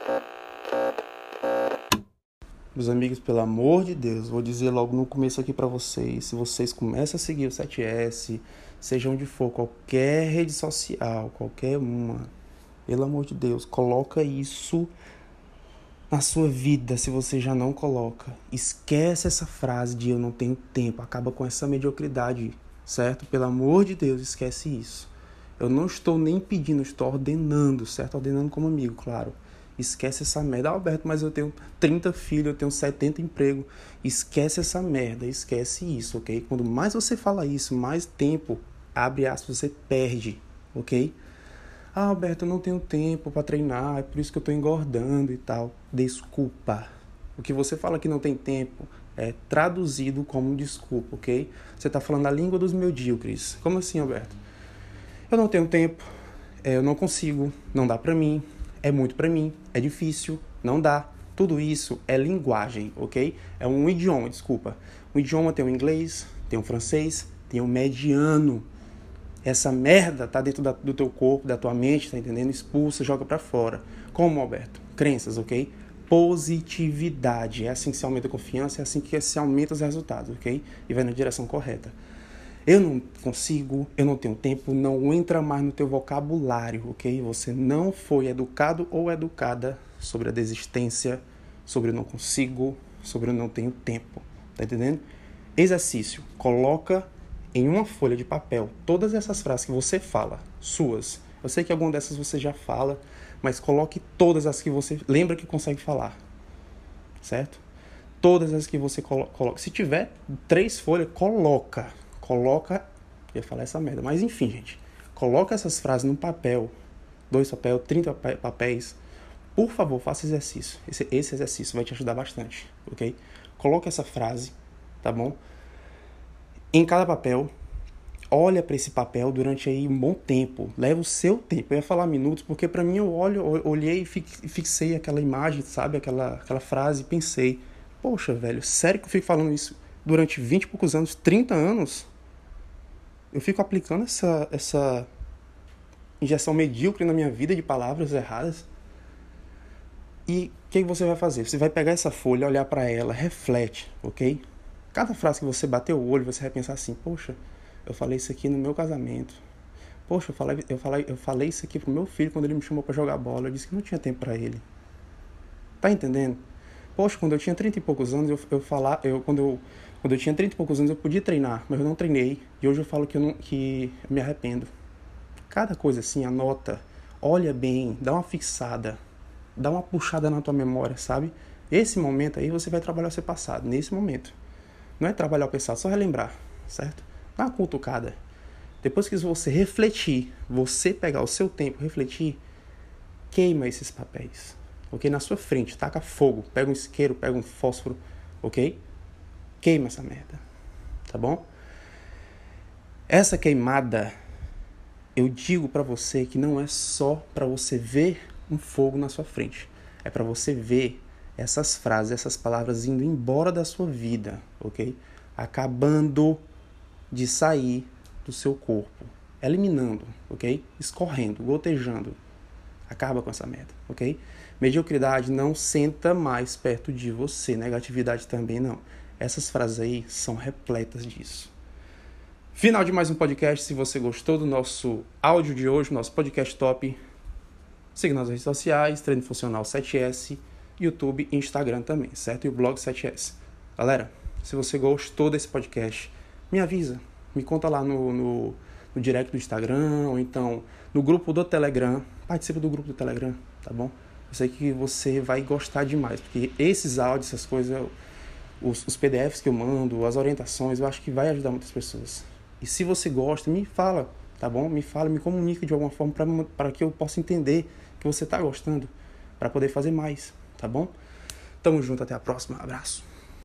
Meus amigos, pelo amor de Deus, vou dizer logo no começo aqui pra vocês, se vocês começam a seguir o 7S, seja onde for, qualquer rede social, qualquer uma, pelo amor de Deus, coloca isso na sua vida, se você já não coloca. Esquece essa frase de eu não tenho tempo, acaba com essa mediocridade, certo? Pelo amor de Deus, esquece isso. Eu não estou nem pedindo, estou ordenando, certo? Ordenando como amigo, claro. Esquece essa merda. Alberto, mas eu tenho 30 filhos, eu tenho 70 empregos. Esquece essa merda, esquece isso, ok? Quando mais você fala isso, mais tempo, abre aspas, você perde, ok? Ah, Alberto, eu não tenho tempo para treinar, é por isso que eu tô engordando e tal. Desculpa. O que você fala que não tem tempo é traduzido como desculpa, ok? Você tá falando a língua dos medíocres. Como assim, Alberto? Eu não tenho tempo, eu não consigo, não dá pra mim, é muito pra mim, é difícil, não dá. Tudo isso é linguagem, ok? É um idioma, desculpa. Um idioma tem o inglês, tem o francês, tem o mediano. Essa merda tá dentro do teu corpo, da tua mente, tá entendendo? Expulsa, joga pra fora. Como, Alberto? Crenças, ok? Positividade. É assim que se aumenta a confiança, é assim que se aumenta os resultados, ok? E vai na direção correta. Eu não consigo, eu não tenho tempo, não entra mais no teu vocabulário, ok? Você não foi educado ou educada sobre a desistência, sobre eu não consigo, sobre eu não tenho tempo, tá entendendo? Exercício, coloca em uma folha de papel todas essas frases que você fala, suas. Eu sei que alguma dessas você já fala, mas coloque todas as que você lembra que consegue falar, certo? Todas as que você coloca. Se tiver 3 folhas, coloca, eu ia falar essa merda, mas enfim, gente, coloca essas frases num papel, 2 papéis, 30 papéis, por favor, faça exercício, esse exercício vai te ajudar bastante, ok? Coloca essa frase, tá bom? Em cada papel, olha para esse papel durante aí um bom tempo, leva o seu tempo, eu ia falar minutos, porque para mim eu olhei e fixei aquela imagem, sabe, aquela frase e pensei, poxa, velho, sério que eu fico falando isso durante 20 e poucos anos, 30 anos? Eu fico aplicando essa injeção medíocre na minha vida de palavras erradas. E o que você vai fazer? Você vai pegar essa folha, olhar para ela, reflete, ok? Cada frase que você bater o olho, você vai pensar assim, poxa, eu falei isso aqui no meu casamento. Poxa, eu falei isso aqui pro meu filho quando ele me chamou para jogar bola. Eu disse que não tinha tempo para ele. Tá entendendo? Poxa, quando eu tinha 30 e poucos anos, quando eu tinha 30 e poucos anos, eu podia treinar, mas eu não treinei. E hoje eu falo que eu me arrependo. Cada coisa assim, anota, olha bem, dá uma fixada, dá uma puxada na tua memória, sabe? Esse momento aí você vai trabalhar o seu passado, nesse momento. Não é trabalhar o passado, só relembrar, certo? Dá uma cutucada. Depois que você refletir, você pegar o seu tempo, refletir, queima esses papéis. Ok? Na sua frente, taca fogo, pega um isqueiro, pega um fósforo, ok? Queima essa merda, tá bom? Essa queimada, eu digo pra você que não é só pra você ver um fogo na sua frente. É pra você ver essas frases, essas palavras indo embora da sua vida, ok? Acabando de sair do seu corpo, eliminando, ok? Escorrendo, gotejando. Acaba com essa merda, ok? Mediocridade não senta mais perto de você. Negatividade também não. Essas frases aí são repletas disso. Final de mais um podcast. Se você gostou do nosso áudio de hoje, nosso podcast top, siga nas redes sociais, Treino Funcional 7S, YouTube e Instagram também, certo? E o blog 7S. Galera, se você gostou desse podcast, me avisa. Me conta lá no direct do Instagram, ou então no grupo do Telegram. Participa do grupo do Telegram, tá bom? Eu sei que você vai gostar demais, porque esses áudios, essas coisas, os PDFs que eu mando, as orientações, eu acho que vai ajudar muitas pessoas. E se você gosta, me fala, tá bom? Me fala, me comunica de alguma forma para que eu possa entender que você tá gostando, para poder fazer mais, tá bom? Tamo junto, até a próxima, abraço.